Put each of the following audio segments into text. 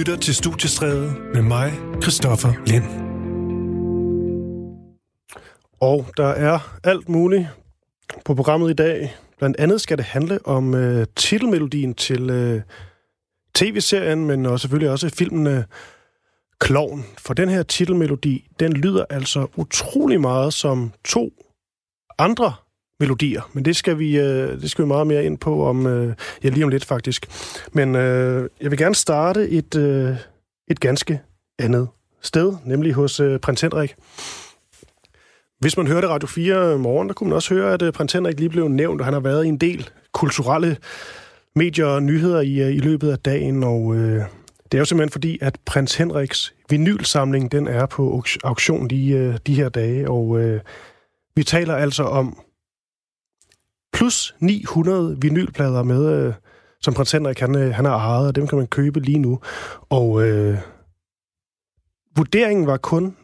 lytter til Studiestræde med mig, Christoffer Lind. Og der er alt muligt på programmet i dag. Blandt andet skal det handle om titelmelodien til tv-serien, men også selvfølgelig også filmen Klovn. For den her titelmelodi, den lyder altså utrolig meget som to andre melodier, men det skal vi meget mere ind på lige om lidt faktisk. Men jeg vil gerne starte et ganske andet sted, nemlig hos Prins Henrik. Hvis man hørte Radio 4 morgen, der kunne man også høre, at Prins Henrik lige blev nævnt, og han har været i en del kulturelle medier og nyheder i løbet af dagen, og det er jo simpelthen fordi, at Prins Henriks vinylsamling, den er på auktion de her dage, og vi taler altså om plus 900 vinylplader med, som Prins Henrik han har ejet, og dem kan man købe lige nu. Og vurderingen var kun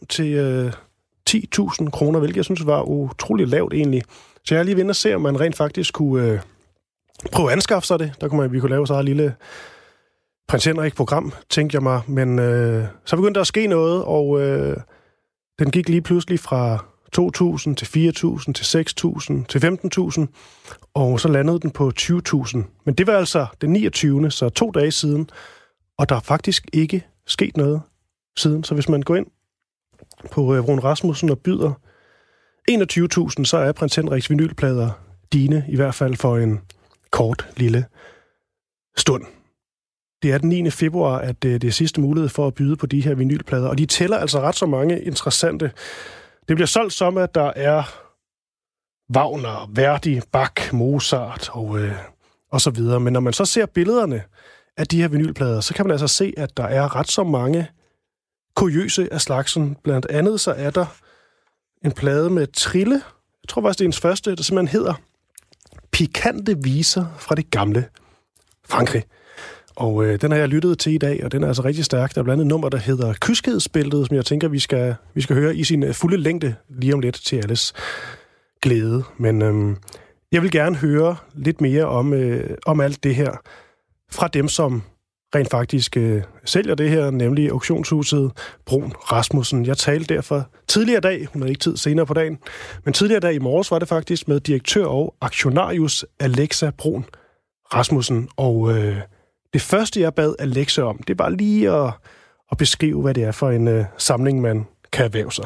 5-10.000 kroner, hvilket jeg synes var utroligt lavt egentlig. Så jeg er lige ved at se, om man rent faktisk kunne prøve at anskaffe sig det. Der vi kunne lave så et lille Prins Henrik-program, tænkte jeg mig. Men så begyndte der at ske noget, og den gik lige pludselig fra 2.000 til 4.000 til 6.000 til 15.000, og så landede den på 20.000. Men det var altså den 29. så 2 dage siden, og der er faktisk ikke sket noget siden. Så hvis man går ind på Bruun Rasmussen og byder 21.000, så er Prins Henriks vinylplader dine, i hvert fald for en kort lille stund. Det er den 9. februar, at det er sidste mulighed for at byde på de her vinylplader, og de tæller altså ret så mange interessante. Det bliver solgt som, at der er Wagner, Verdi, Bach, Mozart og så videre. Men når man så ser billederne af de her vinylplader, så kan man altså se, at der er ret så mange kuriøse af slagsen. Blandt andet så er der en plade med Trille. Jeg tror faktisk, det er ens første, der simpelthen hedder Pikante viser fra det gamle Frankrig. Og den har jeg lyttet til i dag, og den er altså rigtig stærk. Der er blandt andet et nummer, der hedder Kyskhedsbæltet, som jeg tænker, vi skal høre i sin fulde længde lige om lidt til alles glæde. Men jeg vil gerne høre lidt mere om alt det her fra dem, som rent faktisk sælger det her, nemlig auktionshuset Bruun Rasmussen. Jeg talte derfor tidligere dag, hun havde ikke tid senere på dagen, men tidligere dag i morges var det faktisk med direktør og aktionarius Alexa Bruun Rasmussen, og det første, jeg bad Alexa om, det var lige at beskrive, hvad det er for en samling, man kan erhverve sig.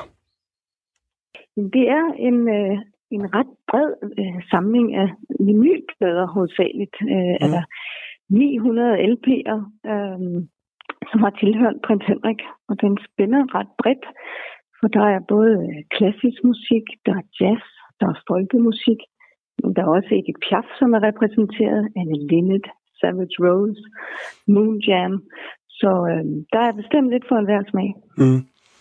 Det er en ret bred samling af vinylplader hovedsageligt. Er der 900 LP'er, som har tilhørt Prins Henrik, og den spænder ret bredt, for der er både klassisk musik, der er jazz, der er folkemusik, men der er også Edith Piaf, som er repræsenteret, Anne Linnet, Savage Rose, Moon Jam. Så der er bestemt lidt for enhver smag. Mm.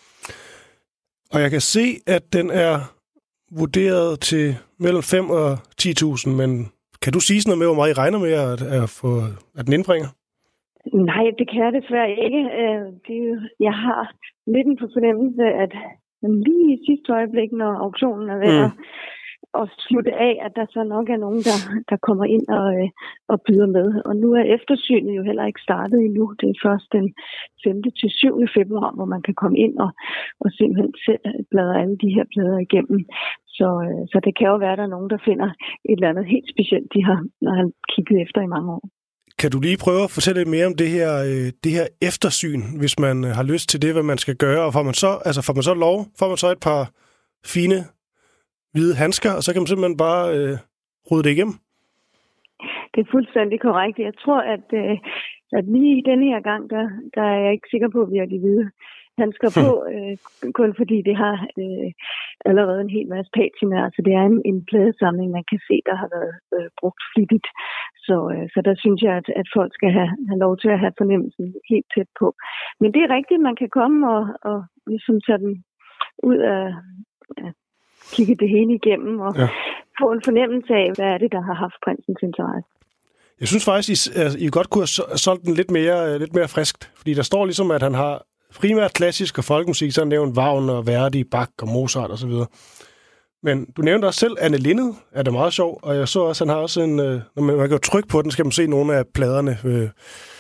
Og jeg kan se, at den er vurderet til mellem 5 og 10.000, men kan du sige sådan noget med, hvor meget I regner med at den indbringer? Nej, det kan jeg desværre ikke. Jeg har lidt en fornemmelse, at lige i sidste øjeblik, når auktionen er ved at slutte af, at der så nok er nogen, der kommer ind og byder med. Og nu er eftersynet jo heller ikke startet endnu. Det er først den 5. til 7. februar, hvor man kan komme ind og simpelthen bladre alle de her plader igennem. Så det kan jo være, at der er nogen, der finder et eller andet helt specielt, de har kigget efter i mange år. Kan du lige prøve at fortælle lidt mere om det her eftersyn, hvis man har lyst til det, hvad man skal gøre? Og får man så et par fine hvide handsker, og så kan man simpelthen bare rydde det igennem? Det er fuldstændig korrekt. Jeg tror, at lige denne her gang, der er jeg ikke sikker på, at vi har de hvide handsker på, kun fordi det har allerede en hel masse patina. Altså det er en pladesamling, man kan se, der har været brugt flittigt. Så der synes jeg, at folk skal have lov til at have fornemmelsen helt tæt på. Men det er rigtigt, man kan komme og ligesom tage den ud af kigge det hele igennem og få en fornemmelse af, hvad er det, der har haft prinsens interesse. Jeg synes faktisk, I godt kunne have solgt den lidt mere friskt, fordi der står ligesom, at han har primært klassisk og folkemusik, så han nævnt Wagner, Verdi, Bach og Mozart osv. Men du nævnte også selv Anne Linnet, er det meget sjov, og jeg så også, han har også når man kan jo trykke på den, skal man se nogle af pladerne.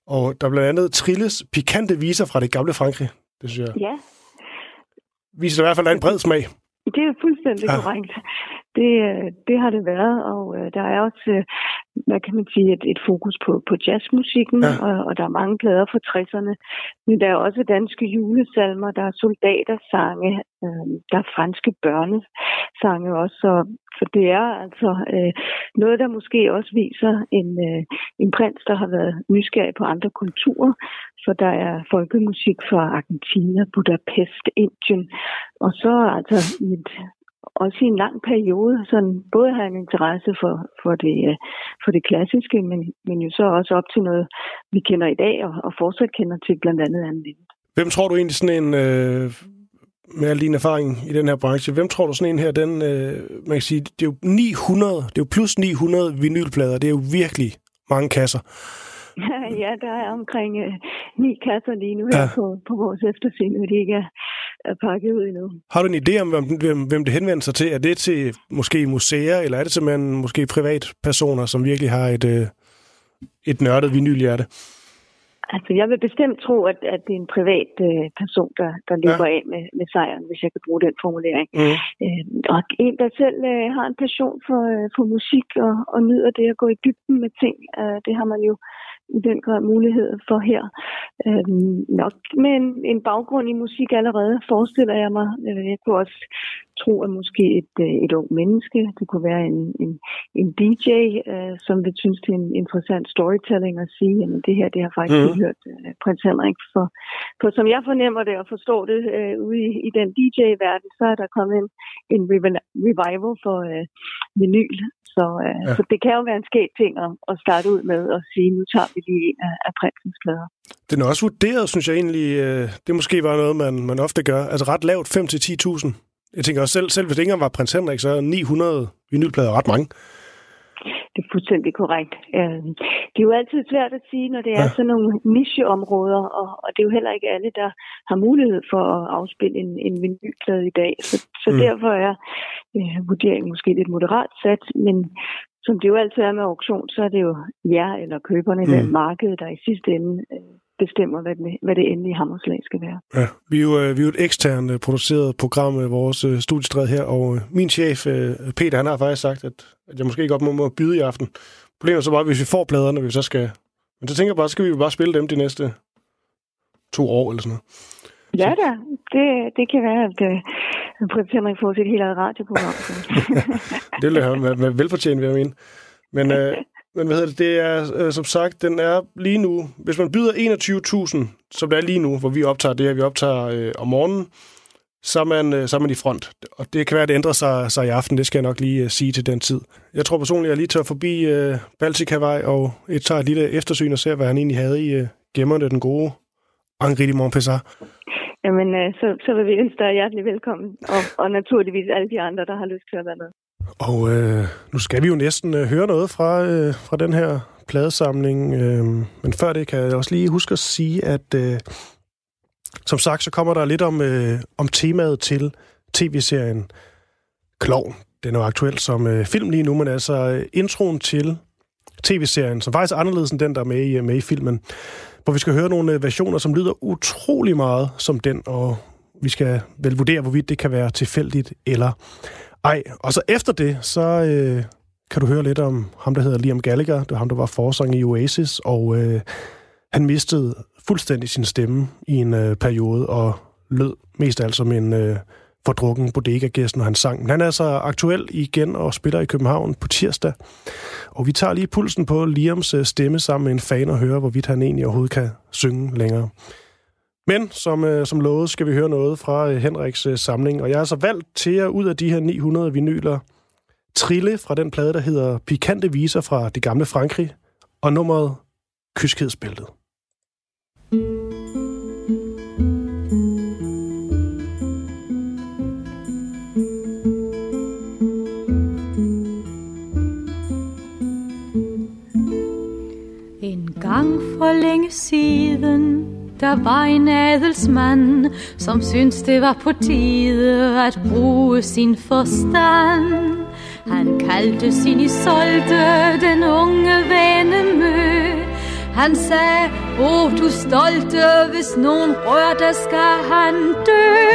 Og der er blandt andet Trilles pikante viser fra det gamle Frankrig. Det synes jeg. Ja. Viser i hvert fald en bred smag. Det er fuldstændig korrekt. Det har det været, og der er også, hvad kan man sige, et fokus på jazzmusikken, og der er mange plader fra 60'erne. Men der er også danske julesalmer, der er soldatersange, der er franske børnesange også. Så det er altså noget, der måske også viser en prins, der har været nysgerrig på andre kulturer. Så der er folkemusik fra Argentina, Budapest, Indien, og så altså også i en lang periode, sådan både har en interesse for det klassiske, men jo så også op til noget, vi kender i dag, og fortsat kender til blandt andet Anne Linnet. Hvem tror du egentlig sådan en, med al din erfaring i den her branche, hvem tror du sådan en her, man kan sige, det er jo 900, det er jo plus 900 vinylplader, det er jo virkelig mange kasser. Ja, der er omkring 9 kasser lige nu her på vores eftersyn, og de ikke er pakket ud endnu. Har du en idé om, hvem det henvender sig til? Er det til måske museer, eller er det simpelthen måske privatpersoner, som virkelig har et nørdet vinylhjerte? Altså, jeg vil bestemt tro, at det er en privat person, der løber af med sejren, hvis jeg kan bruge den formulering. Og en, der selv har en passion for musik og nyder det at gå i dybden med ting, det har man jo i den grad mulighed for her. Nok med en baggrund i musik allerede, forestiller jeg mig. Jeg kunne også tro, at måske et ung menneske, det kunne være en DJ, som vil synes, det er en interessant storytelling at sige, at det her, det har faktisk hørt prins Henrik. For som jeg fornemmer det og forstår det ude i den DJ-verden, så er der kommet en revival for vinyl. Så det kan jo være en skæg ting at starte ud med og sige, nu tager vi lige en af prinsens plader. Den er også vurderet, synes jeg egentlig, det måske var noget, man ofte gør. Altså ret lavt, 5-10.000. Jeg tænker også selv hvis det ikke engang var prins Henrik, så er 900 vinylplader ret mange. Det er fuldstændig korrekt. Det er jo altid svært at sige, når det er sådan nogle nicheområder, og det er jo heller ikke alle, der har mulighed for at afspille en vinylplade i dag. Så derfor er vurderingen måske lidt moderat sat, men som det jo altid er med auktion, så er det jo jer eller køberne i den marked, der i sidste ende bestemmer, hvad det endelige hammerslag skal være. Ja, vi er jo et eksternt produceret program med vores studiestræd her, og min chef, Peter, han har faktisk sagt, at jeg måske ikke op må byde i aften. Problemet er så bare, hvis vi får pladerne, vi så skal... Men så tænker jeg bare, skal vi jo bare spille dem de næste 2 år eller sådan noget. Ja da, det kan være, at prins Henrik får sit helt eget radioprogram. Det vil jeg være velfortjent, vil jeg mene. Men hvad hedder det? Det er, som sagt, den er lige nu... Hvis man byder 21.000, som det er lige nu, hvor vi optager det her, vi optager om morgenen, så er man i front. Og det kan være, at det ændrer sig i aften. Det skal jeg nok lige sige til den tid. Jeg tror personligt, jeg lige tager forbi Baltikavej og tager et lille eftersyn og ser, hvad han egentlig havde i gemmerne, den gode Henri de Montpessat. Jamen, så vil vi ønske dig hjertelig velkommen. Og naturligvis alle de andre, der har lyst til at være med. Og nu skal vi jo næsten høre noget fra den her pladesamling. Men før det kan jeg også lige huske at sige, at som sagt, så kommer der lidt om temaet til tv-serien Klovn. Den er jo aktuel som film lige nu, men altså introen til tv-serien, som faktisk er anderledes end den, der er med i filmen, hvor vi skal høre nogle versioner, som lyder utrolig meget som den, og vi skal vel vurdere, hvorvidt det kan være tilfældigt eller ej. Og så efter det, så kan du høre lidt om ham, der hedder Liam Gallagher. Det var ham, der var forsanger i Oasis, og han mistede fuldstændig sin stemme i en periode, og lød mest altså som en fordrukken bodega-gæst, når han sang. Men han er altså aktuel igen og spiller i København på tirsdag. Og vi tager lige pulsen på Liams stemme sammen med en fan og høre, hvorvidt han egentlig overhovedet kan synge længere. Men som lovet skal vi høre noget fra Henriks samling, og jeg har altså valgt til jer ud af de her 900 vinyler Trille fra den plade, der hedder Pikante viser fra det gamle Frankrig, og nummeret Kyskhedsbæltet. En gang for længe siden, der var en adelsmand, som syntes det var på tide at bruge sin forstand. Han kaldte sin Isolde den unge Venemø. Han sagde, du stolte, hvis nogen rørte, skal han dø.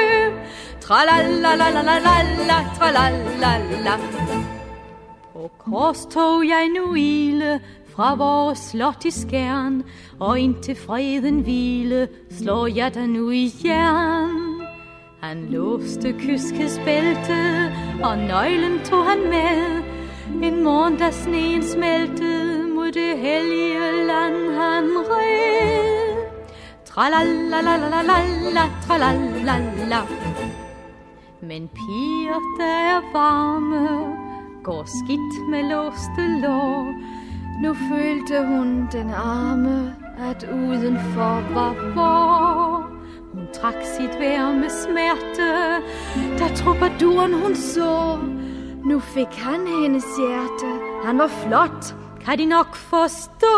Tralalalalalalala, tralalala. På kors tog jeg nu ile fra vores slot i Skjern, og indtil freden hvile slår jeg der nu i jern. Han låste kyskhedsbæltet, og nøglen tog han med. En morgen, da sneen smeltede mod det hellige land, han red. Tralalalalalalala, tralalala. Men piger, der er varme, går skidt med låste lår. Nu følte hun den arme, at udenfor var vor. Hun trak sit vejr med smerte, da troubaduren hun så. Nu fik han hendes hjerte, han var flot, kan de nok forstå.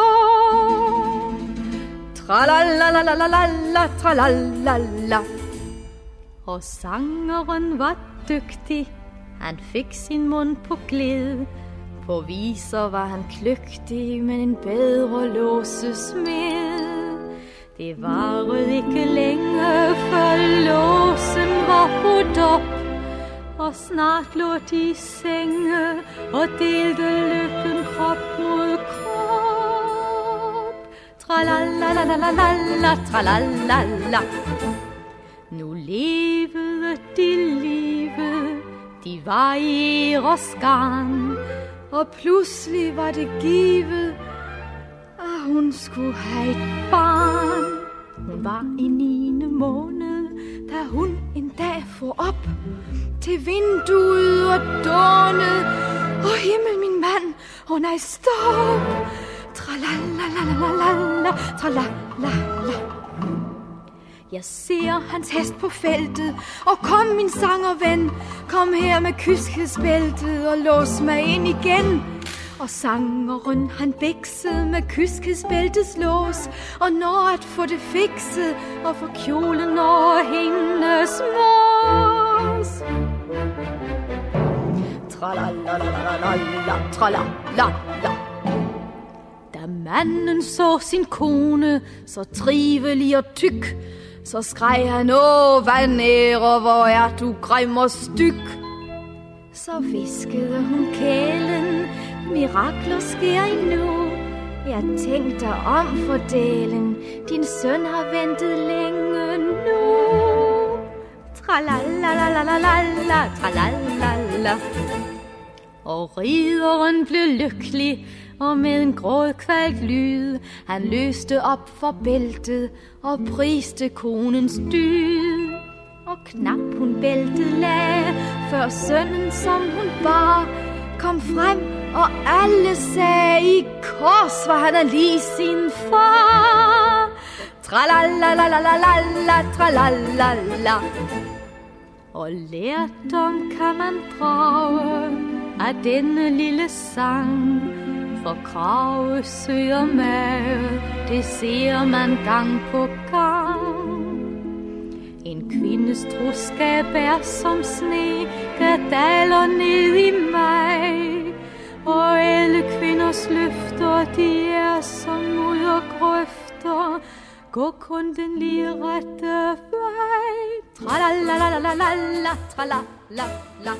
Tralalalalalalala, tralalala. Og sangeren var dygtig, han fik sin mund på glæde. På viser var han kløgtig, men en bedre låsesmed. Det varede ikke længe, før låsen var brudt op. Og snart lå de i senge og delte lykken krop mod krop. Tralalalala, tralalala. Nu levede de livet, de var i Eros garn. Og pludselig var det givet, at hun skulle have et barn. Hun var i 9. måned, da hun en dag for op til vinduet og dårnede. Åh himmel, min mand, åh nej, stop! Tralalalala, tralalala. Jeg ser hans hest på feltet, og kom min sangerven, kom her med kyskhedsbæltet og lås mig ind igen. Og sangeren han bæksede med kyskhedsbæltets lås, og når at få det fikset, og få kjolen over hendes mås. Tralalalala, tralala. Da manden så sin kone, så trivelig og tyk, så skreg han, åh, vandære, hvor er du grim og styg. Så viskede hun kælen, mirakler sker endnu. Jeg tænkte om fordelen, din søn har ventet længe nu. Tralalalala, tralalala. Og ridderen blev lykkelig, og med en grådkvalt lyd, han løste op for bæltet og priste konens dyd. Og knap hun bæltet lag, før sønnen, som hun bar, kom frem, og alle sagde, i kors var han lige sin far. Tralalalala, tralalala. Og lærdom kan man drage af denne lille sang. For krave søger mave, det ser man gang på gang. En kvindes troskab er som sne, der daler ned i mig. Og alle kvinders løfter, de er som muddergrøfter. Gå kun den lige rette vej. Tralalalala, tralala.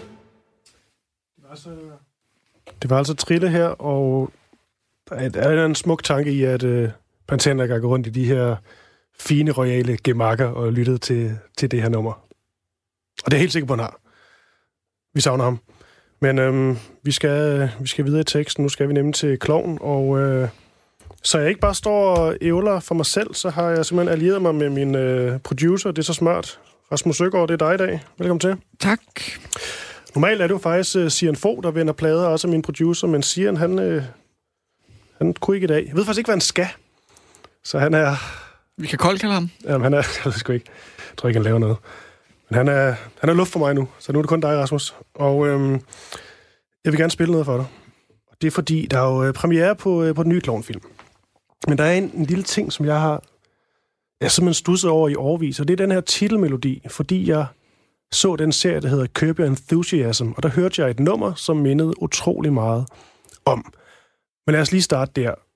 Det var altså Trille her, og der er en smuk tanke i, at Pantera går rundt i de her fine, royale gemakker og lyttede til det her nummer. Og det er helt sikkert på, han har. Vi savner ham. Men vi skal videre i teksten. Nu skal vi nemlig til Klovn, og så jeg ikke bare står og ævler for mig selv, så har jeg simpelthen allieret mig med min producer. Det er så smart. Rasmus Søgaard, det er dig i dag. Velkommen til. Tak. Normalt er det jo faktisk Sian Fogh, der vender plader, også min producer, men Sian, han kunne ikke i dag. Jeg ved faktisk ikke, hvad han skal. Så han er... Vi kan koldt kalde ham. Jamen, han er... Jeg ved sgu ikke. Jeg tror ikke, han laver noget. Men han er luft for mig nu, så nu er det kun dig, Rasmus. Og jeg vil gerne spille noget for dig. Og det er fordi, der er jo premiere på den nye Klovn-film. Men der er en lille ting, som jeg har simpelthen studset over i årevis, og det er den her titelmelodi, fordi jeg så den serie, der hedder Curb Your Enthusiasm, og der hørte jeg et nummer, som mindede utrolig meget om. Men lad os lige starte der.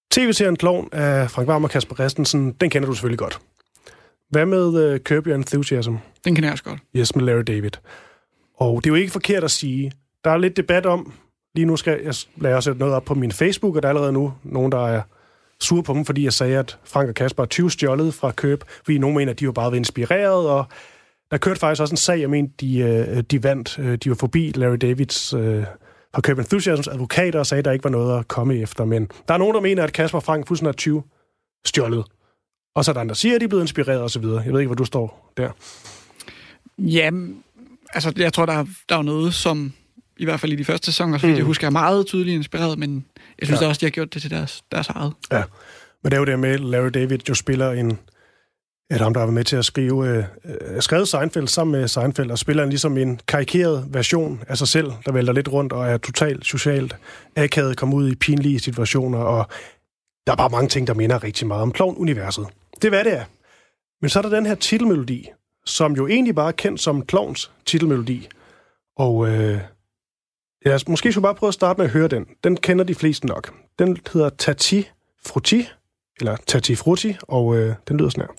TV-serien Klovn af Frank Hvam og Kasper Christensen, den kender du selvfølgelig godt. Hvad med Curb Your Enthusiasm? Den kender jeg også godt. Yes, med Larry David. Og det er jo ikke forkert at sige. Der er lidt debat om, lige nu skal jeg lade sætte noget op på min Facebook, og der er allerede nu nogen, der er sure på dem, fordi jeg sagde, at Frank og Kasper er 20 stjålet fra Curb, fordi nogen mener, at de var bare inspireret, og der kørte faktisk også en sag, jeg mener, de vandt. De var forbi Larry Davids fra Curb Enthusiasms advokater og sagde, at der ikke var noget at komme efter. Men der er nogen, der mener, at Kasper og Frank fuldstændig er 20 stjålet. Og så er der andre, der siger, at de er blevet inspireret og så videre. Jeg ved ikke, hvor du står der. Ja, altså jeg tror, der er noget, som i hvert fald i de første sæsoner, så jeg husker, er meget tydeligt inspireret, men jeg synes også, de har gjort det til deres eget. Ja, men det er jo det med, Larry David jo spiller ham, der har været med til at skrevet Seinfeld sammen med Seinfeld, og spiller ligesom en karikeret version af sig selv, der vælter lidt rundt og er totalt socialt akavet, kommer ud i pinlige situationer, og der er bare mange ting, der minder rigtig meget om Klovn-universet. Det er, hvad det er. Men så er der den her titelmelodi, som jo egentlig bare er kendt som Klovns titelmelodi. Og måske skulle bare prøve at starte med at høre den. Den kender de fleste nok. Den hedder Tati Frutti, eller Tati Frutti, og den lyder sådan her.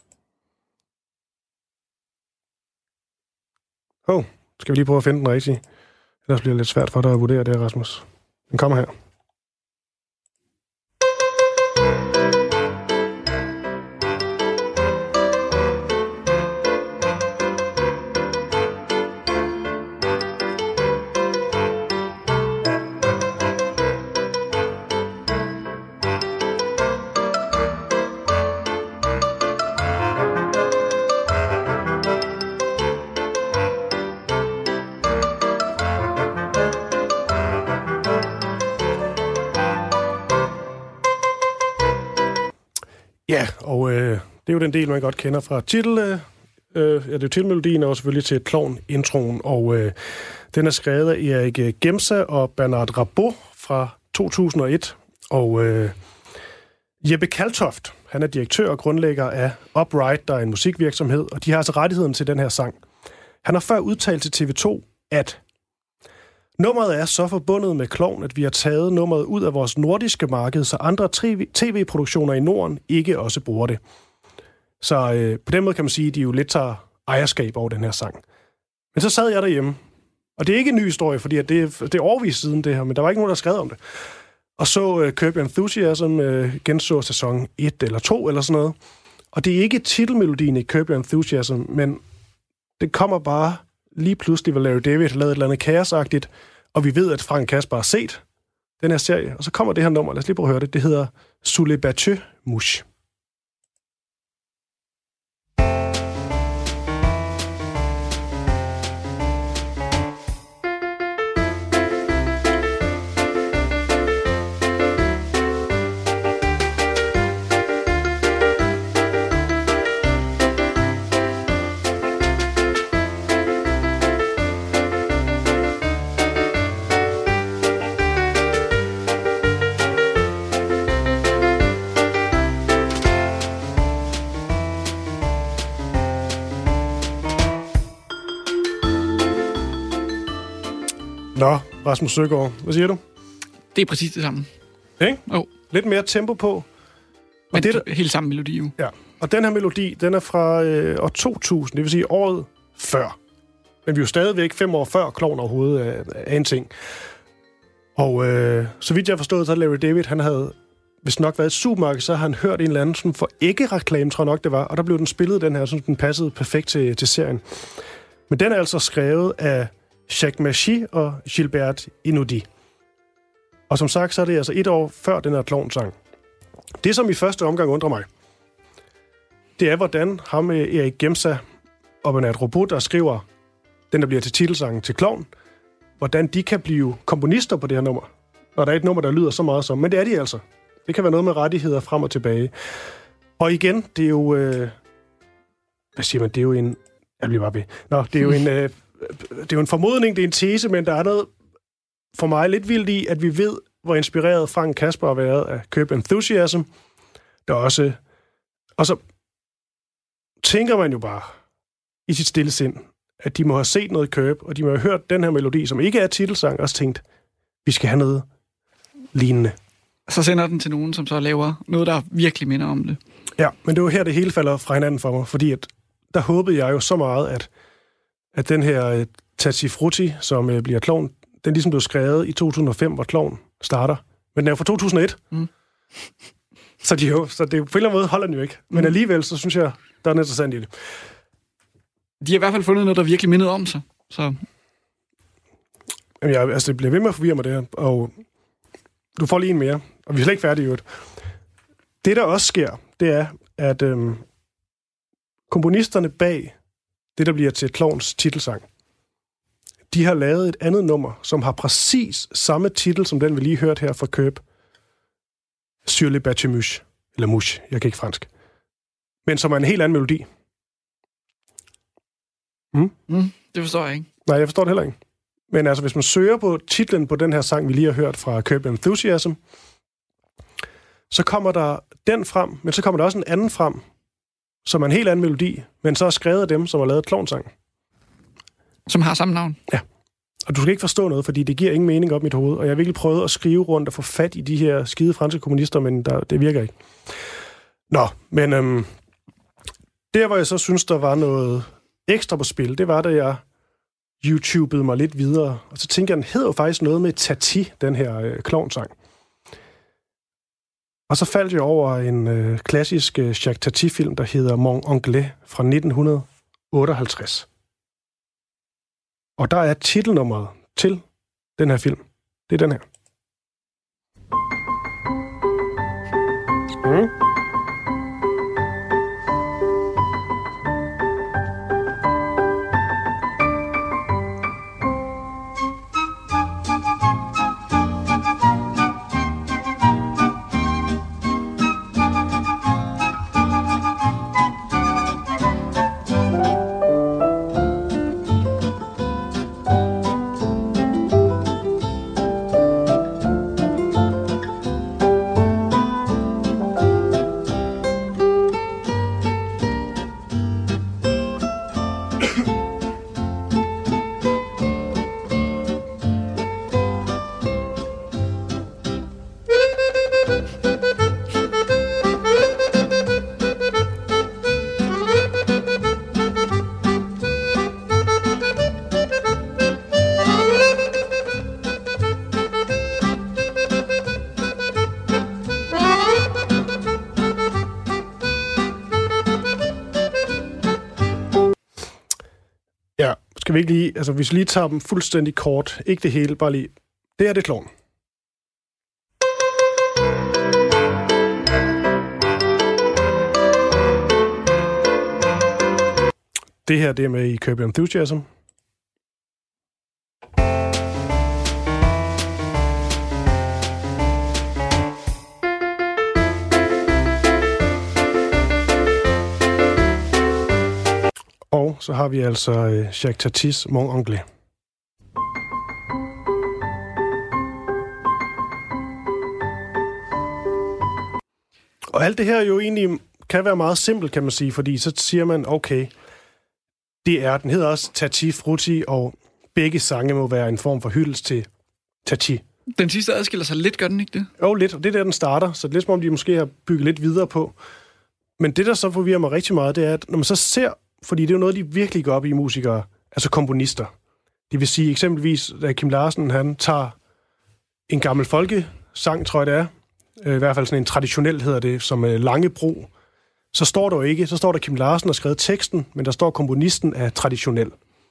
Skal vi lige prøve at finde den rigtige? Ellers bliver det lidt svært for dig at vurdere det, Rasmus. Den kommer her. Ja, og det er jo den del, man godt kender fra det er jo titelmelodien, og selvfølgelig til Klovn-introen, og den er skrevet af Erik Gemsa og Bernard Rabot fra 2001, og Jeppe Kaltoft, han er direktør og grundlægger af Upright, der er en musikvirksomhed, og de har altså rettigheden til den her sang. Han har før udtalt til TV2, at nummeret er så forbundet med Klovn, at vi har taget nummeret ud af vores nordiske marked, så andre tv-produktioner i Norden ikke også bruger det. Så på den måde kan man sige, at de jo lidt tager ejerskab over den her sang. Men så sad jeg derhjemme, og det er ikke en ny historie, fordi det er overvist siden det her, men der var ikke nogen, der skrev om det. Og så Curb Your Enthusiasm, genså sæson 1 eller 2 eller sådan noget. Og det er ikke titelmelodien i Curb Your Enthusiasm, men det kommer bare lige pludselig, hvor Larry David har lavet et eller andet kaosagtigt, og vi ved, at Frank Kasper har set den her serie, og så kommer det her nummer. Lad os lige prøve at høre det. Det hedder Sous les batteux mouches. Nå, Rasmus Søgaard, hvad siger du? Det er præcis det samme. Ikke? Jo. Lidt mere tempo på. Men det er helt samme melodi jo. Ja, og den her melodi, den er fra år 2000, det vil sige året før. Men vi er jo stadigvæk 5 år før Klovn overhovedet af en ting. Og så vidt jeg har forstået, så Larry David, han havde, hvis nok været et supermarked, så har han hørt en eller anden sådan for ikke-reklame, tror jeg nok det var, og der blev den spillet, den her, så den passede perfekt til serien. Men den er altså skrevet af Jacques Machy og Gilbert Inodi. Og som sagt, så er det altså 1 år før den her Klovn-sang. Det, som i første omgang undrer mig, det er, hvordan ham med Erik Gemsa og Bernard Rabot, der skriver den, der bliver til titelsangen til Klovn, hvordan de kan blive komponister på det her nummer, når der er et nummer, der lyder så meget som. Men det er de altså. Det kan være noget med rettigheder frem og tilbage. Og igen, det er jo... hvad siger man? Det er jo en... Jeg bliver bare ved. Nå, det er jo en... det er jo en formodning, det er en tese, men der er noget for mig lidt vildt i, at vi ved, hvor inspireret Frank Kasper har været af Curb Enthusiasm. Der også... Og så tænker man jo bare i sit stille sind, at de må have set noget Curb, og de må have hørt den her melodi, som ikke er titelsang, og også tænkt, vi skal have noget lignende. så sender den til nogen, som så laver noget, der virkelig minder om det. Ja, men det var her, det hele falder fra hinanden for mig, fordi at der håbede jeg jo så meget, at den her Tutti Frutti, som bliver Klovn, den ligesom blev skrevet i 2005, hvor Klovn starter. Men den er jo fra 2001. Så det på en eller anden måde holder den jo ikke. Men alligevel, så synes jeg, der er noget interessant i det. De har i hvert fald fundet noget, der virkelig mindede om sig. Så. Jamen, det bliver ved med at forvirre mig, det her. Og du får lige en mere, og vi er slet ikke færdige i øvrigt. Det, der også sker, det er, at komponisterne bag det, der bliver til Klovns titelsang, de har lavet et andet nummer, som har præcis samme titel, som den, vi lige hørte her fra Køb. Sur les Batchemuche. Eller mouche, jeg kan ikke fransk. Men som er en helt anden melodi. Det forstår jeg ikke. Nej, jeg forstår det heller ikke. Men altså, hvis man søger på titlen på den her sang, vi lige har hørt fra Curb Enthusiasm, så kommer der den frem, men så kommer der også en anden frem, som er en helt anden melodi, men så er skrevet af dem, som har lavet Klovnsang. Som har samme navn? Ja. Og du skal ikke forstå noget, fordi det giver ingen mening op i mit hoved, og jeg har virkelig prøvet at skrive rundt og få fat i de her skide franske kommunister, men det virker ikke. Nå, men der, hvor jeg så synes, der var noget ekstra på spil, det var, da jeg YouTubede mig lidt videre, og så tænker jeg, den hedder jo faktisk noget med Tati, den her Klovnsang. Og så faldt jeg over en klassisk Jacques Tati-film, der hedder Mon Anglais fra 1958. Og der er titelnummeret til den her film. Det er den her. Skal vi ikke lige, altså hvis vi lige tager dem fuldstændig kort, ikke det hele, bare lige. Det er det Klovn. Det her, det er med i Curb Enthusiasm. Og så har vi altså Jacques Tatis Mon Anglais. Og alt det her jo egentlig kan være meget simpelt, kan man sige, fordi så siger man, okay, den hedder også Tutti Frutti, og begge sange må være en form for hyldest til Tati. Den sidste adskiller sig lidt, gør den ikke det? Jo, lidt, og det er der, den starter, så det er lidt som om, de måske har bygget lidt videre på. Men det, der så forvirrer mig rigtig meget, det er, at når man så ser, fordi det er jo noget, de virkelig går op i musikere, altså komponister. Det vil sige eksempelvis, at Kim Larsen, han tager en gammel folkesang, tror jeg det er, i hvert fald sådan en traditionel hedder det, som Langebro, så står der jo ikke, så står der Kim Larsen og skrevet teksten, men der står komponisten er traditionel.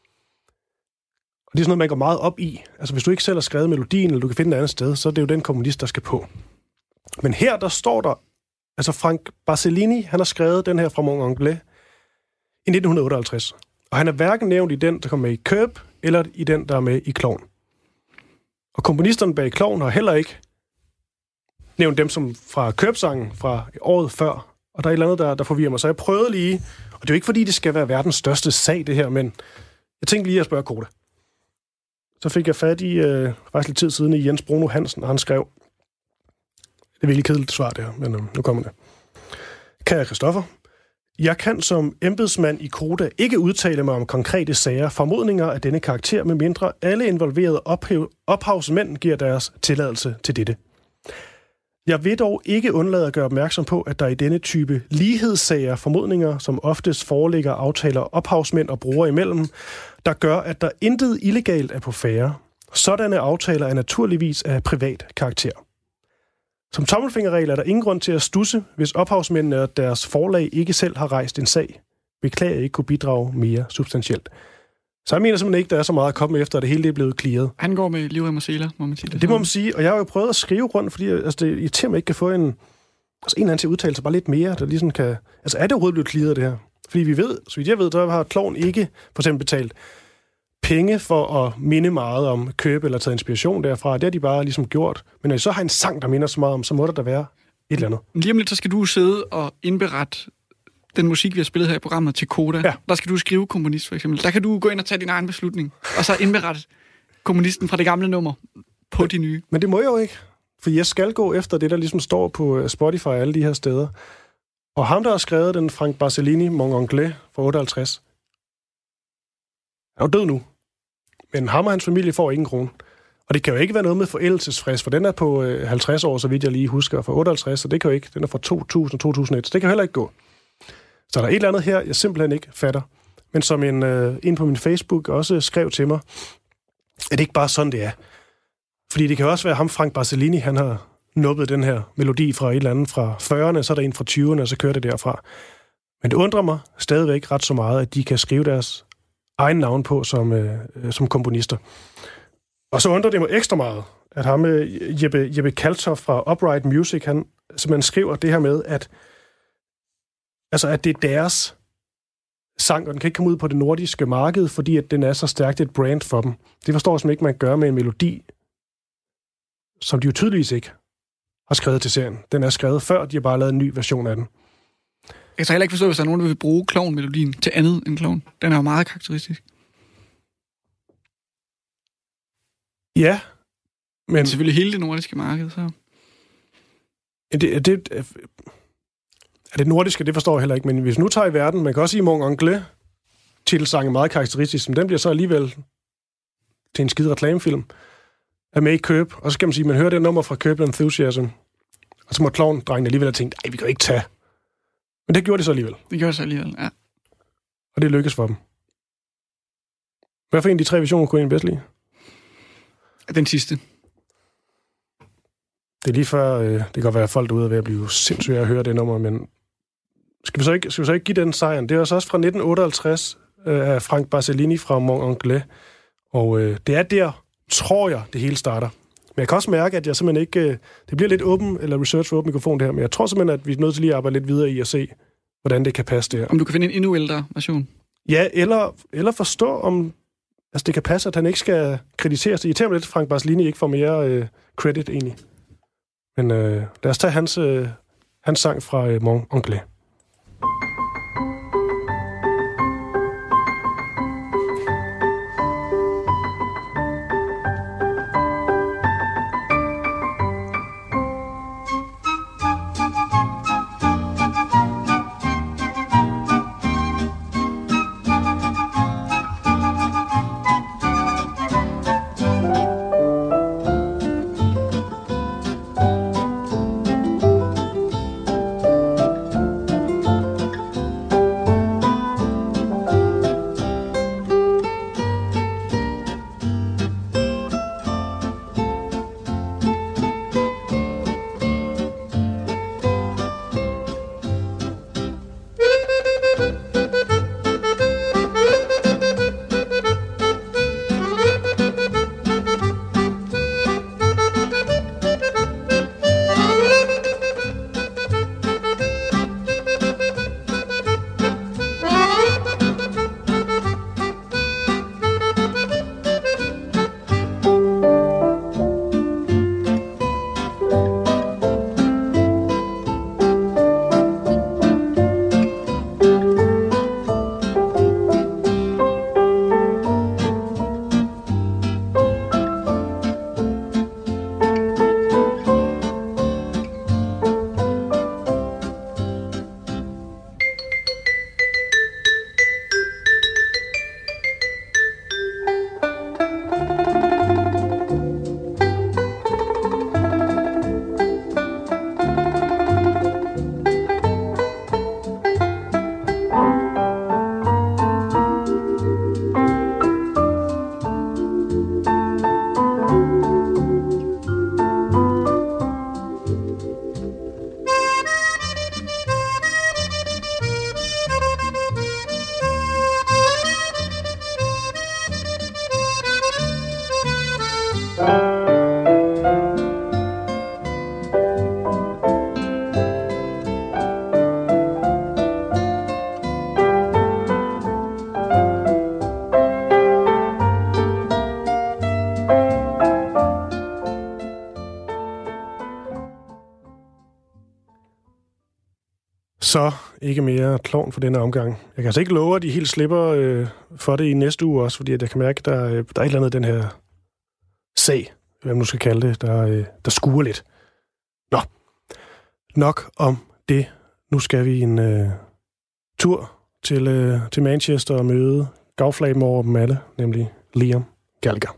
Og det er sådan noget, man går meget op i. Altså hvis du ikke selv har skrevet melodien, eller du kan finde et andet sted, så er det jo den komponist, der skal på. Men her, der står der, altså Frank Barzellini, han har skrevet den her fra Mon Anglais i 1958. Og han er hverken nævnt i den, der kommer med i Curb, eller i den, der er med i Klovn. Og komponisterne bag Klovn har heller ikke nævnt dem som fra Curb-sangen fra året før. Og der er et eller andet, der forvirrer mig. Så jeg prøvede lige, og det er jo ikke fordi, det skal være verdens største sag, det her, men jeg tænkte lige at spørge Koda. Så fik jeg fat i, faktisk lidt tid siden, i Jens Bruno Hansen, og han skrev, det er virkelig kedeligt svar det her, men nu kommer det. Kære Christoffer, jeg kan som embedsmand i Koda ikke udtale mig om konkrete sager, formodninger af denne karakter, med mindre alle involverede ophavsmænd giver deres tilladelse til dette. Jeg vil dog ikke undlade at gøre opmærksom på, at der i denne type lighedssager formodninger, som oftest foreligger aftaler ophavsmænd og brugere imellem, der gør, at der intet illegalt er på færde. Sådanne aftaler er naturligvis af privat karakter. Som tommelfingerregel er der ingen grund til at studse, hvis ophavsmændene og deres forlag ikke selv har rejst en sag. Beklager ikke kunne bidrage mere substantielt. Så jeg mener simpelthen ikke, der er så meget at komme efter, at det hele er blevet clearet. Han går med livrem og seler, må man sige det. Det må man sige, og jeg har jo prøvet at skrive rundt, fordi det irriterer mig ikke kan få en eller anden til at udtale sig bare lidt mere, der ligesom kan... Altså er det overhovedet blevet clearet, det her? Fordi vi ved, så vidt jeg ved, der har Klovn ikke for eksempel betalt penge for at minde meget om købe eller tage inspiration derfra. Det har de bare ligesom gjort. Men når I så har en sang, der minder så meget om, så må der være et eller andet. Lige om lidt, så skal du sidde og indberette den musik, vi har spillet her i programmet til Koda. Ja. Der skal du skrive komponist, for eksempel. Der kan du gå ind og tage din egen beslutning, og så indberette komponisten fra det gamle nummer på de nye. Men det må jeg jo ikke. For jeg skal gå efter det, der ligesom står på Spotify og alle de her steder. Og ham, der har skrevet den, Frank Barzellini, Mon Anglais, fra 58, er jo død nu. Men ham og hans familie får ikke en krone. Og det kan jo ikke være noget med forældelsesfrist, for den er på 50 år, så vidt jeg lige husker, for 58, så det kan jo ikke. Den er fra 2000-2001, så det kan heller ikke gå. Så der er et eller andet her, jeg simpelthen ikke fatter. Men som en på min Facebook også skrev til mig, at det ikke bare sådan, det er. Fordi det kan også være ham, Frank Barzellini, han har nuppet den her melodi fra et eller andet fra 40'erne, så er der en fra 20'erne, og så kører det derfra. Men det undrer mig stadigvæk ret så meget, at de kan skrive deres egen navn på som komponister. Og så undrer det mig ekstra meget, at ham Jeppe Kaltoff fra Upright Music, han simpelthen skriver det her med, at det er deres sang, og den kan ikke komme ud på det nordiske marked, fordi at den er så stærkt et brand for dem. Det forstår jeg simpelthen ikke, man gør med en melodi, som de jo tydeligvis ikke har skrevet til serien. Den er skrevet før, de har bare lavet en ny version af den. Jeg kan heller ikke forstå, hvis der er nogen, der vil bruge Klovn-melodien til andet end Klovn. Den er jo meget karakteristisk. Ja, men... Selvfølgelig hele det nordiske marked, så... Det nordiske, det forstår jeg heller ikke, men hvis nu tager i verden, man kan også sige Mon Anglais, titelsangen meget karakteristisk, men den bliver så alligevel til en skide reklamefilm, er med i Curb, og så kan man sige, man hører det nummer fra Curb Enthusiasm, og så må Klovn-drengene alligevel have tænkt, vi kan jo ikke tage. Men det gjorde de så alligevel. Det gjorde de så alligevel, ja. Og det lykkedes for dem. Hvad for en af de 3 versioner kunne I bedst lide? Den sidste. Det er lige før, det kan godt være, at folk derude er ved at blive sindssyge at høre det nummer, men skal vi så ikke give den sejren? Det er også fra 1958 af Frank Barzellini fra Mon Anglais, og det er der, tror jeg, det hele starter. Men jeg kan også mærke, at jeg simpelthen ikke... Det bliver lidt åben, eller research for åben mikrofon det her, men jeg tror simpelthen, at vi er nødt til lige at arbejde lidt videre i at se, hvordan det kan passe det her. Om du kan finde en endnu ældre version? Ja, eller forstå, om det kan passe, at han ikke skal krediteres. Det irriterer mig lidt, at Frank Barzellini ikke får mere credit, egentlig. Men lad os tage hans sang fra Mon Anglais. Så ikke mere klovn for denne omgang. Jeg kan altså ikke love, at de helt slipper for det i næste uge også, fordi jeg kan mærke, at der er et eller andet den her sag, hvad man nu skal kalde det, der skuer lidt. Nå, nok om det. Nu skal vi en tur til Manchester og møde gavflaben over dem alle, nemlig Liam Gallagher.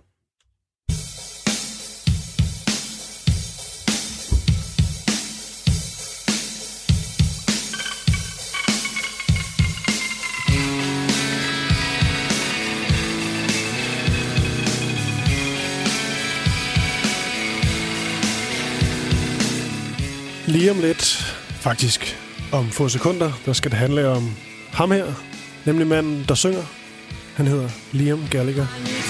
Lige om lidt, faktisk om få sekunder, der skal det handle om ham her, nemlig manden, der synger. Han hedder Liam Gallagher.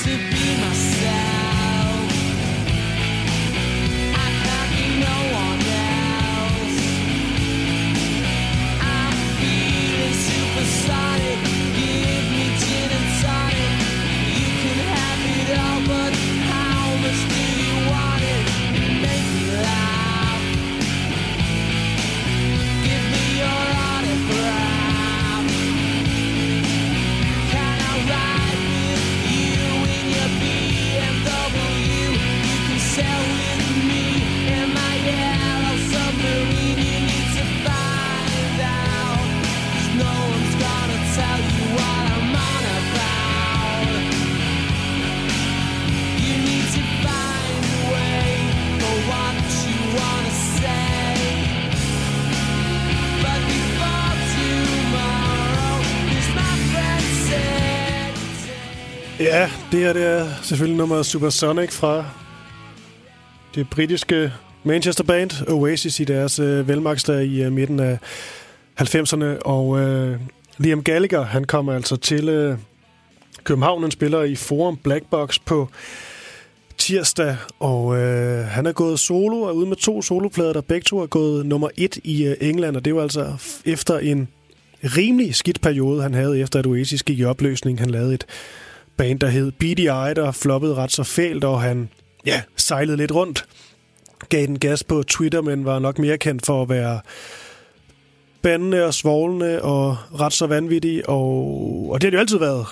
Ja, det her det er selvfølgelig nummer Supersonic fra det britiske Manchester band Oasis i deres velmagtsdag i midten af 90'erne. Og Liam Gallagher, han kommer altså til København. Han spiller i Forum Black Box på tirsdag, og han er gået solo og ude med 2 soloplader, der begge to er gået nummer 1 i England. Og det var altså efter en rimelig skidt periode, han havde efter at Oasis gik i opløsning. Han lavede et band, der hed BDI, der floppede ret så fælt, og han sejlede lidt rundt. Gav den gas på Twitter, men var nok mere kendt for at være bandende og svoglende og ret så vanvittig. Og det har det jo altid været.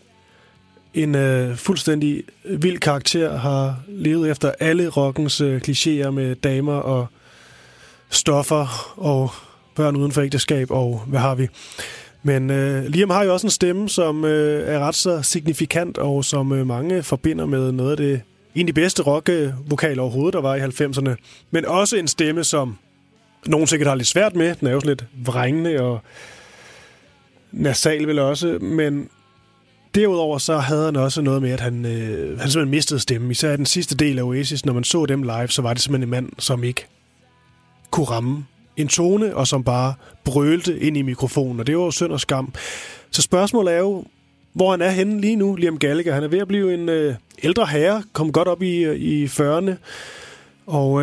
En fuldstændig vild karakter, har levet efter alle rockens klichéer med damer og stoffer og børn uden for ægteskab, og hvad har vi? Men Liam har jo også en stemme, som er ret så signifikant, og som mange forbinder med noget af det egentlig bedste rockvokal overhovedet, der var i 90'erne. Men også en stemme, som nogen sikkert har lidt svært med. Den er jo lidt vrængende og nasal vel også. Men derudover så havde han også noget med, at han simpelthen mistede stemmen. Især i den sidste del af Oasis, når man så dem live, så var det simpelthen en mand, som ikke kunne ramme en tone, og som bare brølte ind i mikrofonen, og det var jo synd og skam. Så spørgsmålet er jo, hvor han er henne lige nu, Liam Gallagher. Han er ved at blive en ældre herre, kom godt op i 40'erne, og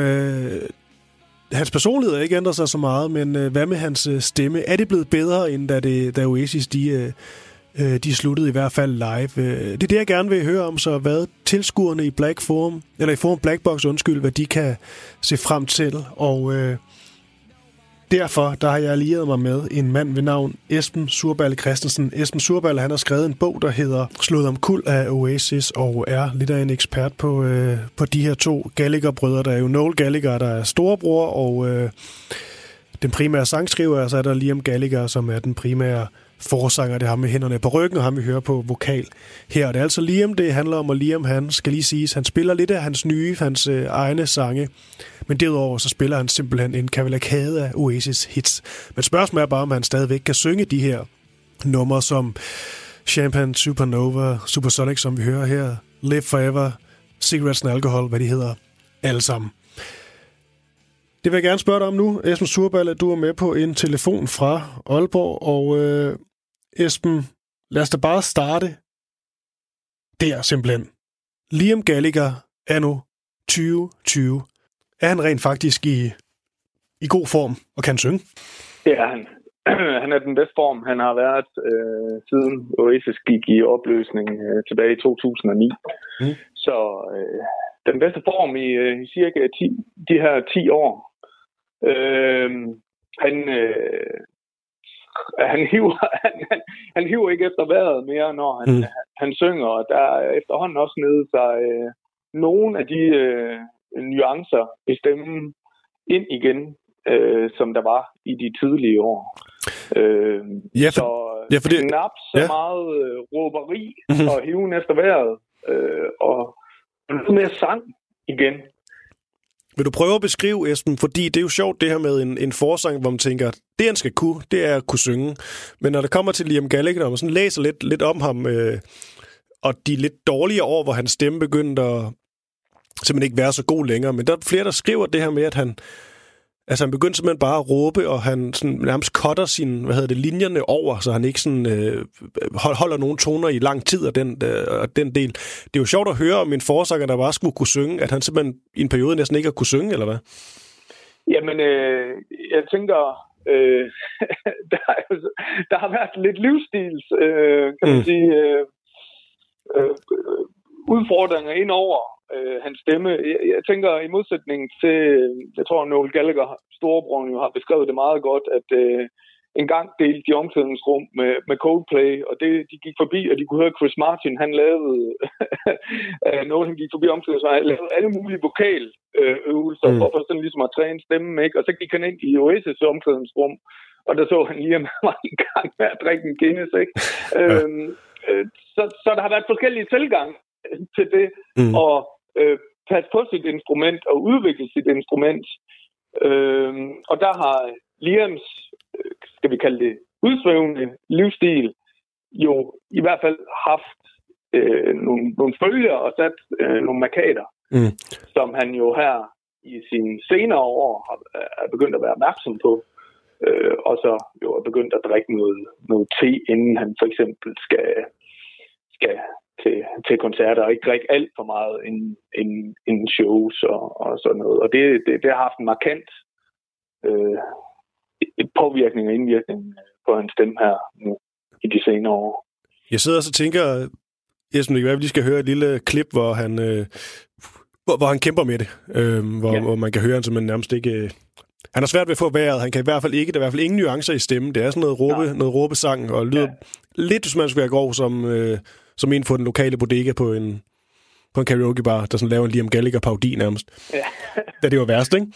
hans personlighed har ikke ændret sig så meget, men hvad med hans stemme? Er det blevet bedre, end da Oasis de sluttede i hvert fald live? Det er det, jeg gerne vil høre om, så hvad tilskuerne i Forum Black Box, hvad de kan se frem til, og derfor der har jeg allieret mig med en mand ved navn Esben Surballe Christensen. Esben Surballe, han har skrevet en bog, der hedder Slået omkuld af Oasis, og er lidt af en ekspert på de her 2 Gallagher-brødre. Der er jo Noel Gallagher, der er storebror, og den primære sangskriver, så er der Liam Gallagher, som er den primære forsanger. Det har med hænderne på ryggen, og ham vi hører på vokal her. Og det er altså Liam, det handler om, og Liam, han skal lige siges, han spiller lidt af hans egne sange, men derudover så spiller han simpelthen en kavalkade af Oasis hits. Men spørgsmålet er bare, om han stadigvæk kan synge de her numre som Champagne Supernova, Supersonic, som vi hører her, Live Forever, Cigarettes and Alcohol, hvad de hedder, alle sammen. Det vil jeg gerne spørge dig om nu. Esben Surballe, du er med på en telefon fra Aalborg, og Esben, lad os da bare starte der simpelthen. Liam Gallagher anno 2020. Er han rent faktisk i god form og kan synge? Det er han. Han er den bedste form, han har været siden Oasis gik i opløsning tilbage i 2009. Så den bedste form i cirka de her 10 år. Han han hiver ikke efter vejret mere, når han synger, og der er efterhånden også nede sig nogle af de nuancer i stemmen ind igen, som der var i de tidlige år. Så knap så meget råberi og hiven efter vejret, og noget mere sang igen. Vil du prøve at beskrive, Esben, fordi det er jo sjovt det her med en forsang, hvor man tænker, det han skal kunne, det er at kunne synge. Men når det kommer til Liam Gallagher, og man sådan læser lidt om ham, og de lidt dårlige år, hvor hans stemme begyndte at simpelthen ikke være så god længere, men der er flere, der skriver det her med, at han begyndte simpelthen bare at råbe, og han sådan nærmest cutter linjerne over, så han ikke sådan holder nogle toner i lang tid af den del. Det er jo sjovt at høre om en forsanger, der bare skulle kunne synge, at han simpelthen i en periode næsten ikke har kunne synge, eller hvad? Jamen, jeg tænker, der har været lidt livsstils, kan man sige, udfordringer indover hans stemme. Jeg tænker, i modsætning til, jeg tror, Noel Gallagher, storebroren, jo har beskrevet det meget godt, at en gang delte de omklædningsrum med Coldplay, og de gik forbi, og de kunne høre Chris Martin, han lavede noget, han gik forbi omklædningsrummet, han lavede alle mulige vokaløvelser, for sådan ligesom at træne stemmen, ikke? Og så gik han ind i Oasis omklædningsrum, og der så han lige, at man var i gang med at drikke en Guinness, ikke? Så der har været forskellige tilgang til det, og passe på sit instrument og udvikle sit instrument. Og der har Liams, skal vi kalde det, udsvævende livsstil jo i hvert fald haft nogle følger og sat nogle markader, som han jo her i sine senere år er begyndt at være opmærksom på. Og så jo er begyndt at drikke noget te, inden han for eksempel skal til koncerter, og ikke drikke alt for meget inden shows og sådan noget. Og det har haft en markant påvirkning og indvirkning på hans stemme her nu i de senere år. Jeg sidder og så tænker, Esben, det kan være, at vi skal høre et lille klip, hvor han kæmper med det. Hvor man kan høre han simpelthen nærmest ikke... Han har svært ved at få vejret. Han kan i hvert fald ikke... Der er i hvert fald ingen nuancer i stemmen. Det er sådan noget råbesang, og lyder lidt, hvis man skal være grov, som en på den lokale bodega på en karaokebar, der sådan laver en Liam Gallagher-parodi nærmest. Ja. Da det var værst, ikke?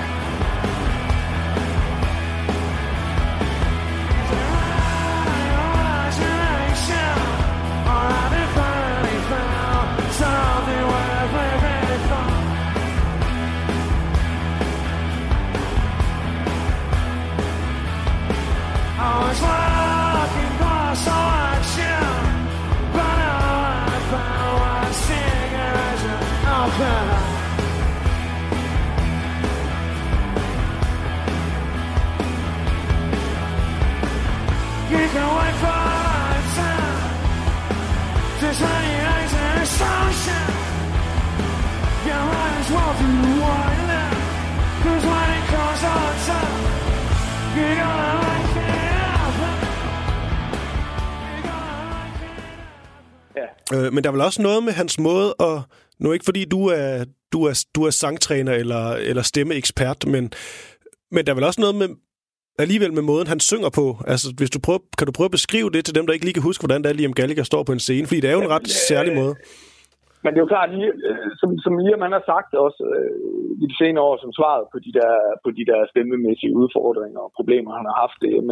Men der er vel også noget med hans måde at... Nu ikke fordi du er sangtræner eller stemmeekspert, men der er vel også noget med alligevel med måden, han synger på. Altså, kan du prøve at beskrive det til dem, der ikke lige kan huske, hvordan det er, Liam Gallagher står på en scene? Fordi det er jo en ret særlig måde. Men det er jo klart, som Liam han har sagt også i de senere år, som svaret på de der stemmemæssige udfordringer og problemer, han har haft det. Men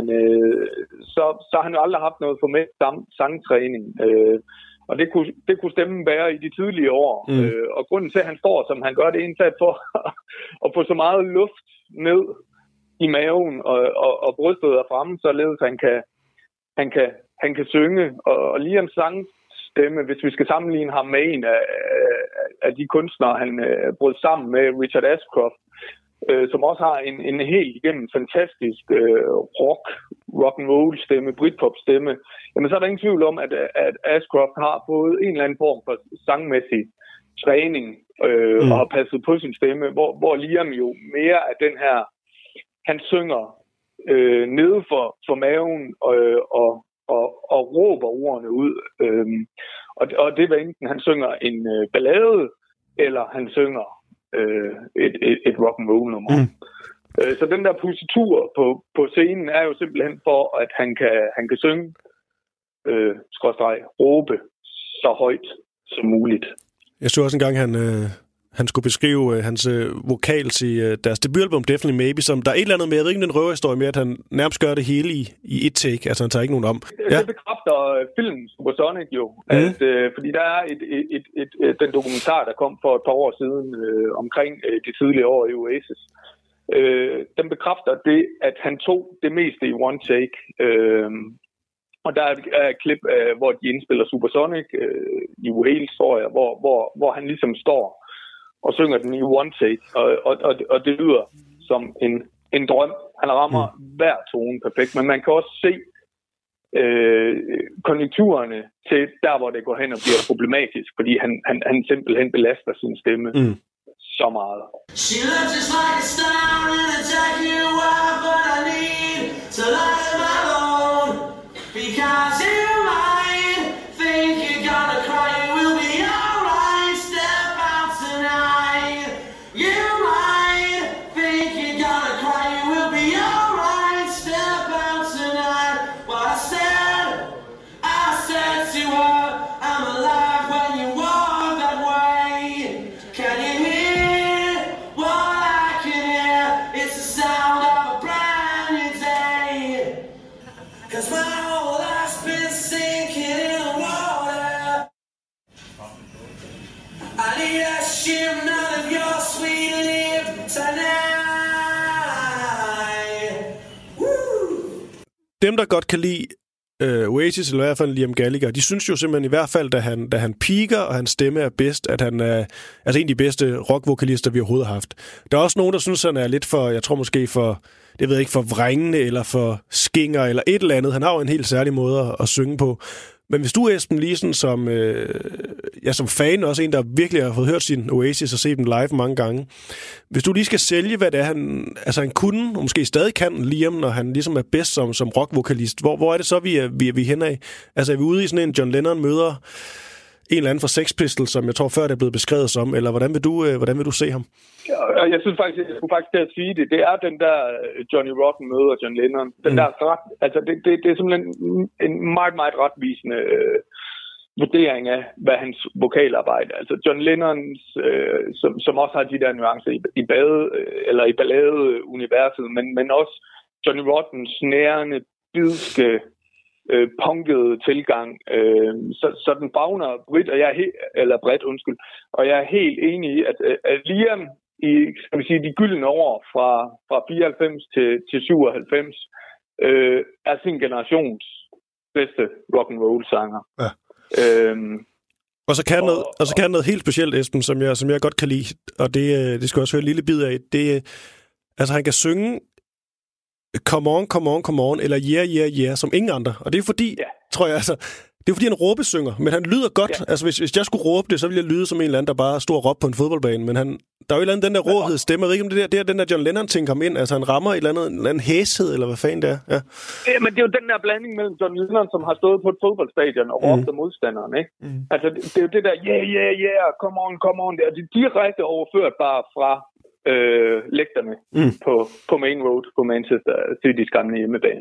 så har han jo aldrig haft noget formelt sangtræning. Og det kunne stemmen bære i de tidlige år. Og grunden til, at han står, som han gør, det indsat for at få så meget luft ned i maven og brystet er fremme, således han kan synge. Og Liams sangstemme, hvis vi skal sammenligne ham med en af de kunstnere, han brød sammen med, Richard Ashcroft, som også har en helt igennem fantastisk rock and roll stemme, Britpop stemme, jamen så er der ingen tvivl om, at Ashcroft har både en eller anden form for sangmæssig træning og har passet på sin stemme, hvor Liam jo mere af den her, han synger nede for maven og råber ordene ud. Og det er enten han synger en ballade, eller han synger et rock and roll nummer. Så den der positur på scenen er jo simpelthen for, at han kan synge, råbe så højt som muligt. Jeg så også engang, han skulle beskrive hans vokal til deres debutalbum Definitely Maybe, som der er et eller andet med, jeg ved ikke, den røverhistorie med, at han nærmest gør det hele i et take, altså han tager ikke nogen om. Ja. Det bekræfter filmen Supersonic jo, at, fordi der er den dokumentar, der kom for et par år siden omkring de tidlige år i Oasis. Den bekræfter det, at han tog det meste i one take. Og der er et klip, hvor de indspiller Supersonic i Wales, hvor han ligesom står og synger den i one take, og det lyder som en drøm. Han rammer hver tone perfekt, men man kan også se konjunkturerne til der, hvor det går hen og bliver problematisk, fordi han simpelthen belaster sin stemme så meget. She looks just like a star in a jaguar, but I need to let him alone because you might think you're gonna cry. You will be alright. Step out tonight. You might think you're gonna cry. You will be alright. Step out tonight. What I said to her, I'm alive when you walk that way. Can you hear what I can hear? It's the sound of a brand new day. 'Cause my whole life's been sinking in the water. I need a ship, none of your sweet lips tonight. Woo! Dem, der godt kan lide Oasis, eller i hvert fald Liam Gallagher, de synes jo simpelthen i hvert fald, da han peaker, og hans stemme er bedst, at han er altså en af de bedste rockvokalister, vi overhovedet har haft. Der er også nogen, der synes, han er lidt for, jeg tror måske for, det ved jeg ikke, for vrængende, eller for skinger, eller et eller andet. Han har jo en helt særlig måde at synge på. Men hvis du, Esben, lige sådan som fan, også en, der virkelig har fået hørt sin Oasis og set dem live mange gange. Hvis du lige skal sælge, hvad det er, han kunne, og måske stadig kan, Liam, når han ligesom er bedst som rockvokalist, hvor er det så, vi er henad? Altså er vi ude i sådan en John Lennon møder en eller anden fra Sex Pistols, som jeg tror før det er blevet beskrevet som, eller hvordan vil du se ham? Ja, jeg synes faktisk, jeg skulle faktisk til at sige det. Det er den der Johnny Rotten møder John Lennon. Den der ret, altså det er simpelthen en meget, meget retvisende vurdering af, hvad hans vokalarbejde. Altså John Lennons, som også har de der nuancer i ballade-universet, men også Johnny Rottens nærende, bidske, punkede tilgang, så den favner bredt, og jeg er helt enig i, at Liam i, skal vi sige, de gyldne år fra 94 til 97 er sin generations bedste rock and roll sanger. Ja. Og så kan han noget helt specielt, Esben, som jeg godt kan lide, og det skal også høre en lille bid af. Altså han kan synge Come on, come on, come on, eller yeah, yeah, yeah, som ingen andre. Og det er fordi, tror jeg, altså, det er fordi han råbesynger, men han lyder godt. Ja. Altså hvis jeg skulle råbe det, så ville jeg lyde som en eller anden, der bare stod og råbte på en fodboldbane. Men der er jo et eller andet, den der råhed stemme. Jeg ved ikke, om det er den der John Lennon-ting kom ind. Altså han rammer en eller anden hæshed, eller hvad fanden det er. Ja. Men det er jo den der blanding mellem John Lennon, som har stået på et fodboldstadion og råbt af modstanderen, ikke? Altså det er jo det der, yeah, yeah, yeah, come on, come on. Det er direkte overført bare fra lægterne på Main Road på Manchester City's gamle hjemmebane.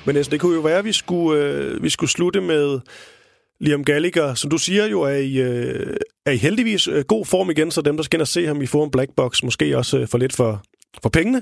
Men altså, det kunne jo være, at vi skulle slutte med Liam Gallagher, som du siger jo er i heldigvis god form igen, så dem, der skal ind og se ham i Forum Black Box, måske også får lidt for pengene.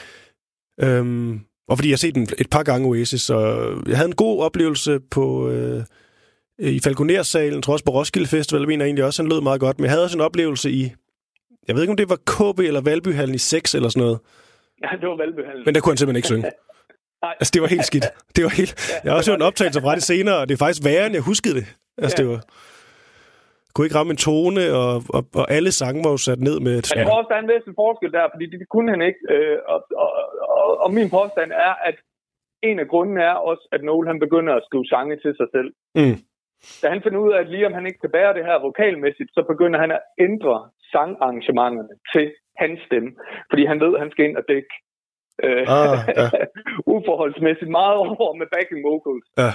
Og fordi jeg har set den et par gange Oasis, og jeg havde en god oplevelse i Falconer-salen, tror også på Roskilde Festival, mener egentlig også, han lød meget godt, men jeg havde også en oplevelse jeg ved ikke, om det var KB eller Valbyhallen i 6 eller sådan noget. Ja, det var Valbyhallen. Men der kunne han simpelthen ikke synge. Altså, det var helt skidt. Det var helt... Jeg har også hørt en optagelse fra det senere, og det er faktisk værre, end jeg huskede det. Altså, det var... Kunne ikke ramme en tone, og alle sange var jo sat ned med... Jeg tror også, der er en væsentlig forskel der, fordi det kunne han ikke. Og min påstand er, at en af grunden er også, at Noel han begynder at skrive sange til sig selv. Mm. Da han finder ud af, at Liam han ikke kan bære det her vokalmæssigt, så begynder han at ændre sangarrangementerne til hans stemme. Fordi han ved, at han skal ind og dække uforholdsmæssigt meget over med backing vocals. Ja.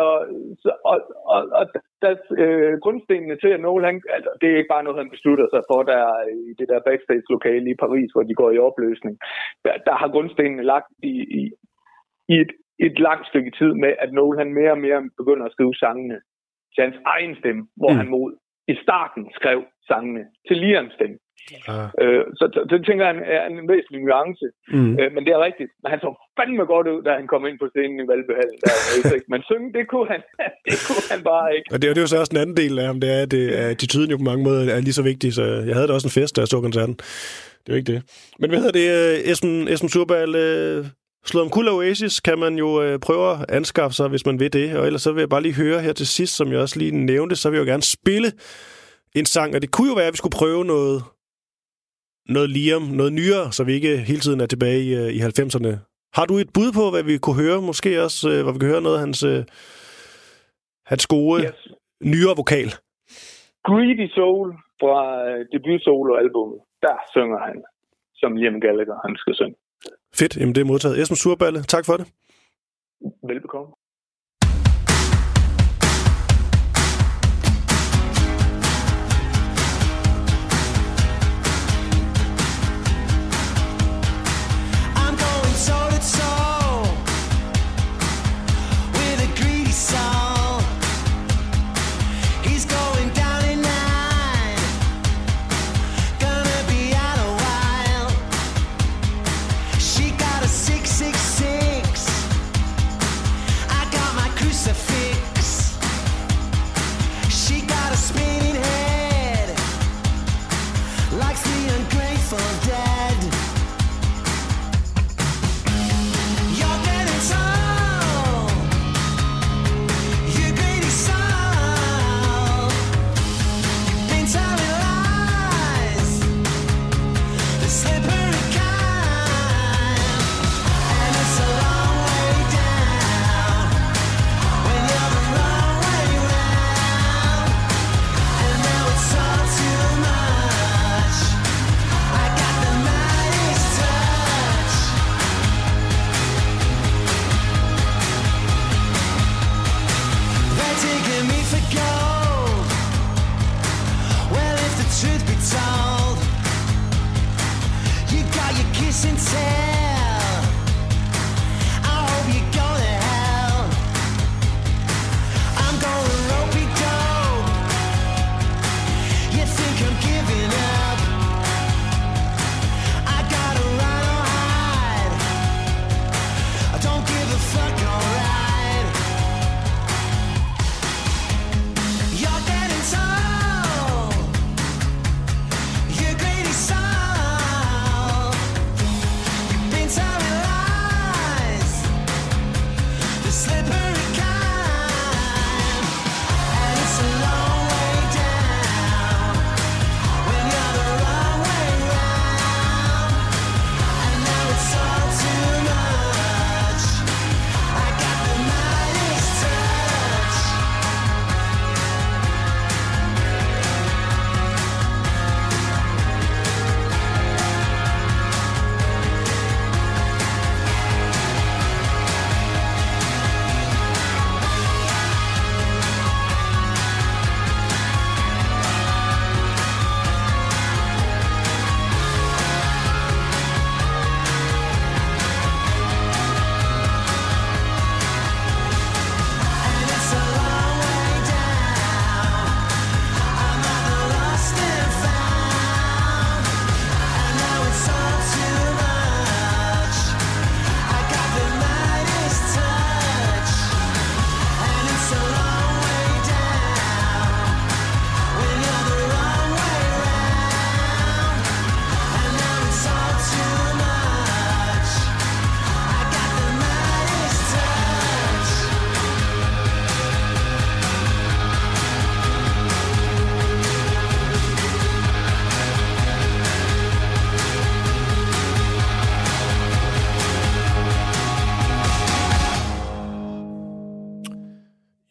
Og grundstenene til, at Noel, altså, det er ikke bare noget, han beslutter sig for, der i det der backstage-lokale i Paris, hvor de går i opløsning. Der har grundstenene lagt i et langt stykke tid med, at Noel han mere og mere begynder at skrive sangene til hans egen stemme, hvor han i starten skrev sangene til Liams stemme. Så det tænker jeg er en væsentlig nuance. Men det er rigtigt. Men han så fandme godt ud, da han kom ind på scenen i Valbyhallen. Men synge, det kunne han bare ikke. Og det er jo så også en anden del af ham, det er, at attituden jo på mange måder er lige så vigtig, så jeg havde da også en fest, da jeg så koncerten. Det er jo ikke det. Men hvad hedder det, Esben Surberg, slået om kul af Oasis kan man jo prøve at anskaffe sig, hvis man vil det. Og ellers så vil jeg bare lige høre her til sidst, som jeg også lige nævnte, så vil jeg jo gerne spille en sang, og det kunne jo være, at vi skulle prøve noget Liam, noget nyere, så vi ikke hele tiden er tilbage i 90'erne. Har du et bud på, hvad vi kunne høre? Måske også, hvor vi kan høre noget af hans gode, nyere vokal. Greedy Soul fra debut solo-albummet. Der synger han, som Liam Gallagher, han skal synge. Fedt, jamen det er modtaget. Esben Surballe, tak for det. Velbekomme. I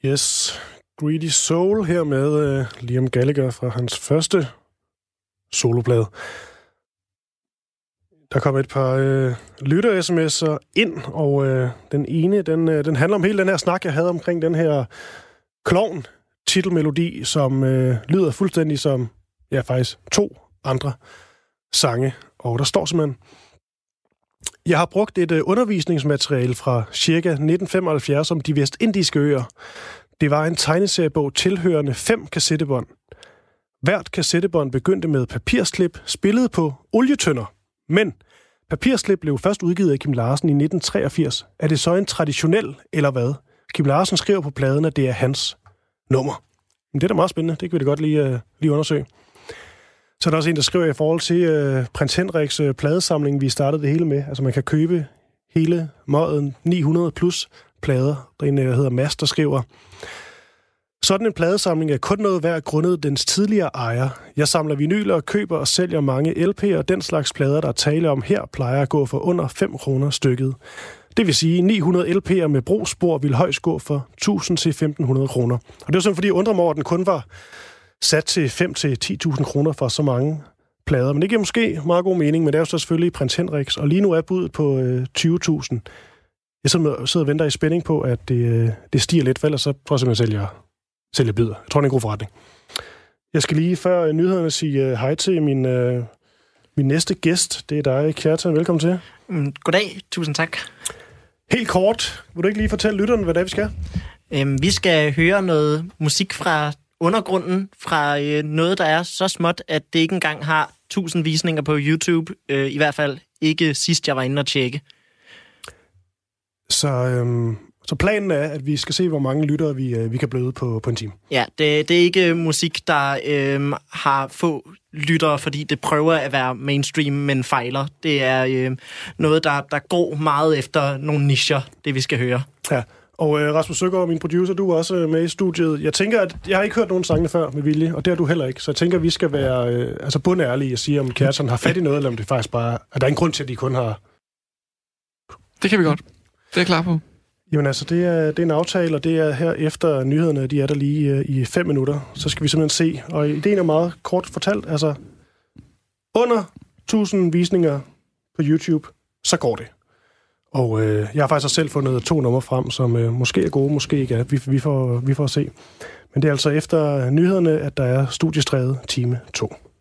Yes, Greedy Soul her med Liam Gallagher fra hans første soloplade. Der kom et par lytter-sms'er ind, og den ene, den handler om hele den her snak, jeg havde omkring den her Klovn-titelmelodi, som lyder fuldstændig som, ja, faktisk 2 andre sange. Og der står simpelthen: Jeg har brugt et undervisningsmateriale fra cirka 1975 om de vestindiske øer. Det var en tegneseriebog tilhørende 5 kassettebånd. Hvert kassettebånd begyndte med papirslip, spillet på olietønder. Men papirslip blev først udgivet af Kim Larsen i 1983. Er det så en traditionel, eller hvad? Kim Larsen skriver på pladen, at det er hans nummer. Men det er da meget spændende. Det kan vi da godt lige undersøge. Så er der også en, der skriver i forhold til Prins Henriks pladesamling, vi startede det hele med. Altså man kan købe hele møden 900 plus plader. Der er en, der hedder Mads, der skriver: Sådan en pladesamling er kun noget værd grundet dens tidligere ejer. Jeg samler vinyler, køber og sælger mange LP'er, og den slags plader, der er tale om her, plejer at gå for under 5 kroner stykket. Det vil sige, 900 LP'er med brospor vil højst gå for 1.000 til 1.500 kroner. Og det er jo sådan, fordi jeg undrer mig over, at den kun var sat til 5 til 10.000 kroner for så mange plader. Men det giver måske meget god mening, men det er jo så selvfølgelig Prins Henriks, og lige nu er budet på 20.000. Jeg sidder og venter i spænding på, at det stiger lidt, for ellers så tror jeg simpelthen, sælger bidder. Jeg tror, det er en god forretning. Jeg skal lige før nyhederne sige hej til min næste gæst. Det er dig, Kjartan. Velkommen til. Goddag. Tusind tak. Helt kort. Vil du ikke lige fortælle lytterne, hvad det er, vi skal? Vi skal høre noget musik fra undergrunden, fra noget, der er så småt, at det ikke engang har 1000 visninger på YouTube. I hvert fald ikke sidst, jeg var inde og tjekke. Så planen er, at vi skal se, hvor mange lyttere vi kan bløde på en time. Ja, det er ikke musik, der har få lyttere, fordi det prøver at være mainstream, men fejler. Det er noget, der går meget efter nogle nicher, det vi skal høre. Ja, og Rasmus Søgaard, min producer, du er også med i studiet. Jeg tænker, at jeg har ikke hørt nogen sange før med vilje, og det har du heller ikke. Så jeg tænker, at vi skal være bundærlige og sige, om Kjartan har fat i noget, eller om det faktisk bare... At der er en grund til, at de kun har... Det kan vi godt. Det er jeg klar på. Jamen altså, det er en aftale, og det er her efter nyhederne, de er der lige i 5 minutter. Så skal vi simpelthen se, og ideen er meget kort fortalt, altså under 1000 visninger på YouTube, så går det. Og jeg har faktisk selv fundet 2 numre frem, som måske er gode, måske ikke er. Vi får se. Men det er altså efter nyhederne, at der er Studiestræde time 2.